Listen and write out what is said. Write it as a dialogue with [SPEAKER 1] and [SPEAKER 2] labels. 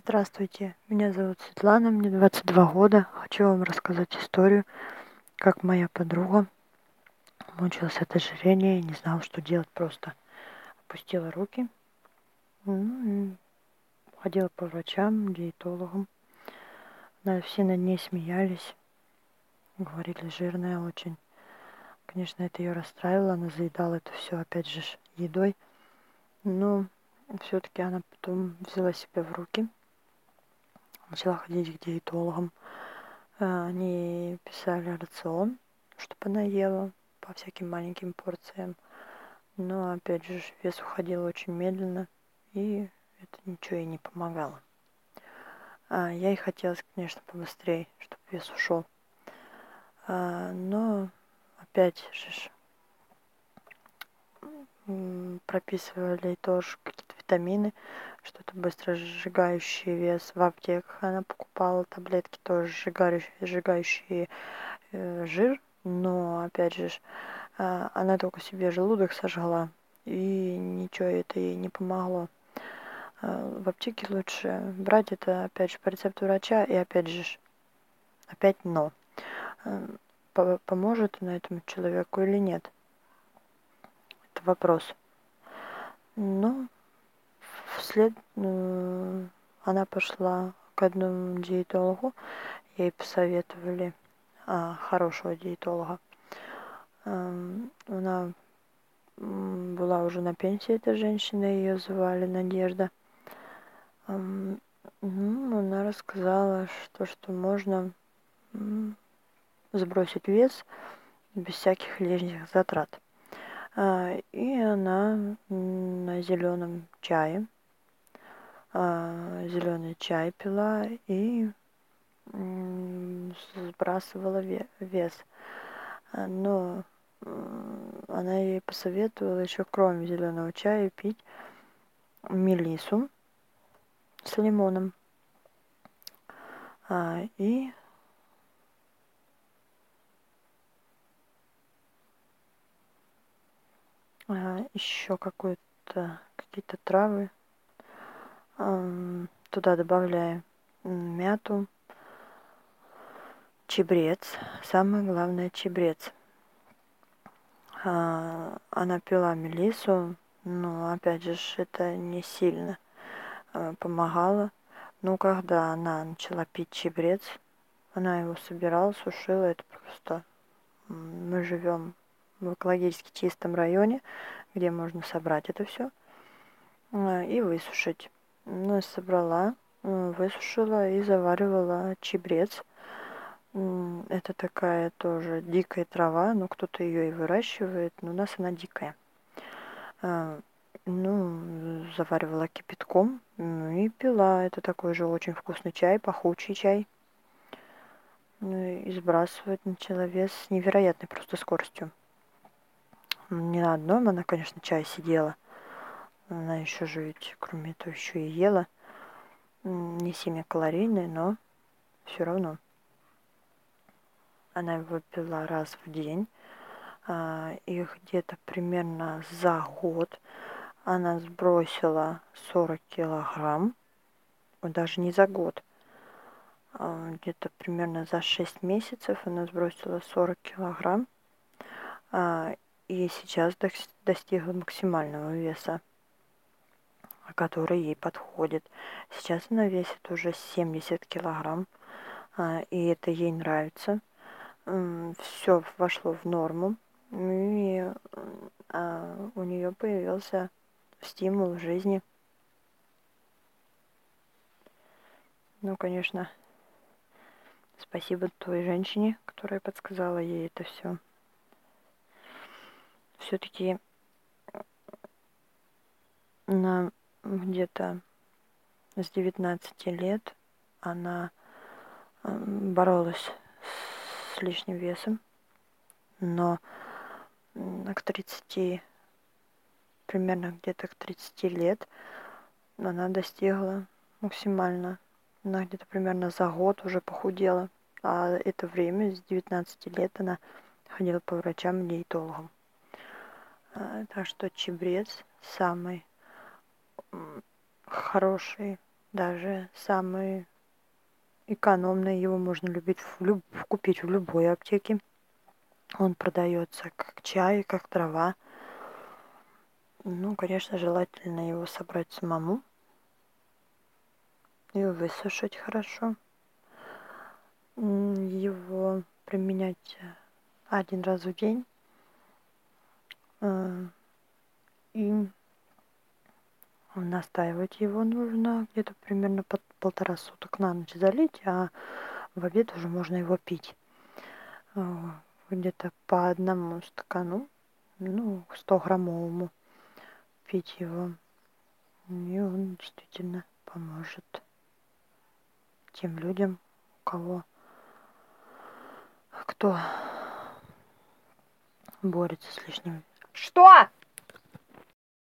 [SPEAKER 1] Здравствуйте, меня зовут Светлана, мне 22 года. Хочу вам рассказать историю, как моя подруга мучилась от ожирения и не знала, что делать просто. Опустила руки, и ходила по врачам, диетологам. Все над ней смеялись, говорили, жирная очень. Конечно, это ее расстраивало, она заедала это все, опять же, едой. Но все-таки она потом взяла себя в руки, начала ходить к диетологам. Они писали рацион, чтобы она ела по всяким маленьким порциям. Но опять же вес уходил очень медленно, и это ничего ей не помогало. Я ей хотелось, конечно, побыстрее, чтобы вес ушел. Но опять же прописывали тоже какие-то витамины, что-то быстро сжигающий вес. В аптеках она покупала таблетки тоже сжигающие жир, но опять же она только себе желудок сожгла, и ничего это ей не помогло. В аптеке лучше брать это, опять же, по рецепту врача, и опять же, опять но. Поможет она этому человеку или нет? Это вопрос. Но вслед она пошла к одному диетологу, ей посоветовали хорошего диетолога. Она была уже на пенсии, эта женщина, ее звали Надежда. Она рассказала, что можно сбросить вес без всяких лишних затрат. И она на зеленом чае, зеленый чай пила и сбрасывала вес. Но она ей посоветовала еще кроме зеленого чая пить мелиссу с лимоном. И еще какие-то травы. Туда добавляю мяту, чабрец. Самое главное чабрец. Она пила мелиссу, но опять же это не сильно помогало. Но когда она начала пить чабрец, она его собирала, сушила. Это просто мы живем в экологически чистом районе, где можно собрать это все и высушить. Собрала, высушила и заваривала чабрец. Это такая тоже дикая трава, но кто-то ее и выращивает, но у нас она дикая. Заваривала кипятком, и пила. Это такой же очень вкусный чай, пахучий чай. И сбрасывать начала вес с невероятной просто скоростью. Не на одном она, конечно, чай сидела. Она еще же ведь, кроме этого, еще и ела. Не сильно калорийный, но все равно. Она его пила раз в день. И где-то примерно за год она сбросила 40 килограмм. Даже не за год. Где-то примерно за 6 месяцев она сбросила 40 килограмм. И сейчас достигла максимального веса, который ей подходит. Сейчас она весит уже 70 килограмм. И это ей нравится. Все вошло в норму. И у нее появился стимул в жизни. Конечно, спасибо той женщине, которая подсказала ей это все. Все-таки где-то с 19 лет она боролась с лишним весом, но к 30, примерно где-то к 30 лет она достигла максимально. Она где-то примерно за год уже похудела. А это время, с 19 лет, она ходила по врачам и диетологам. Так что чабрец самый хороший Даже самый экономный, его можно купить в любой аптеке. Он продается как чай, как трава. Ну, конечно, желательно его собрать самому и высушить хорошо. Его применять один раз в день. И настаивать его нужно где-то примерно полтора суток на ночь залить, а в обед уже можно его пить. Где-то по одному стакану, 100-граммовому пить его. И он действительно поможет тем людям, кто борется с лишним. Что?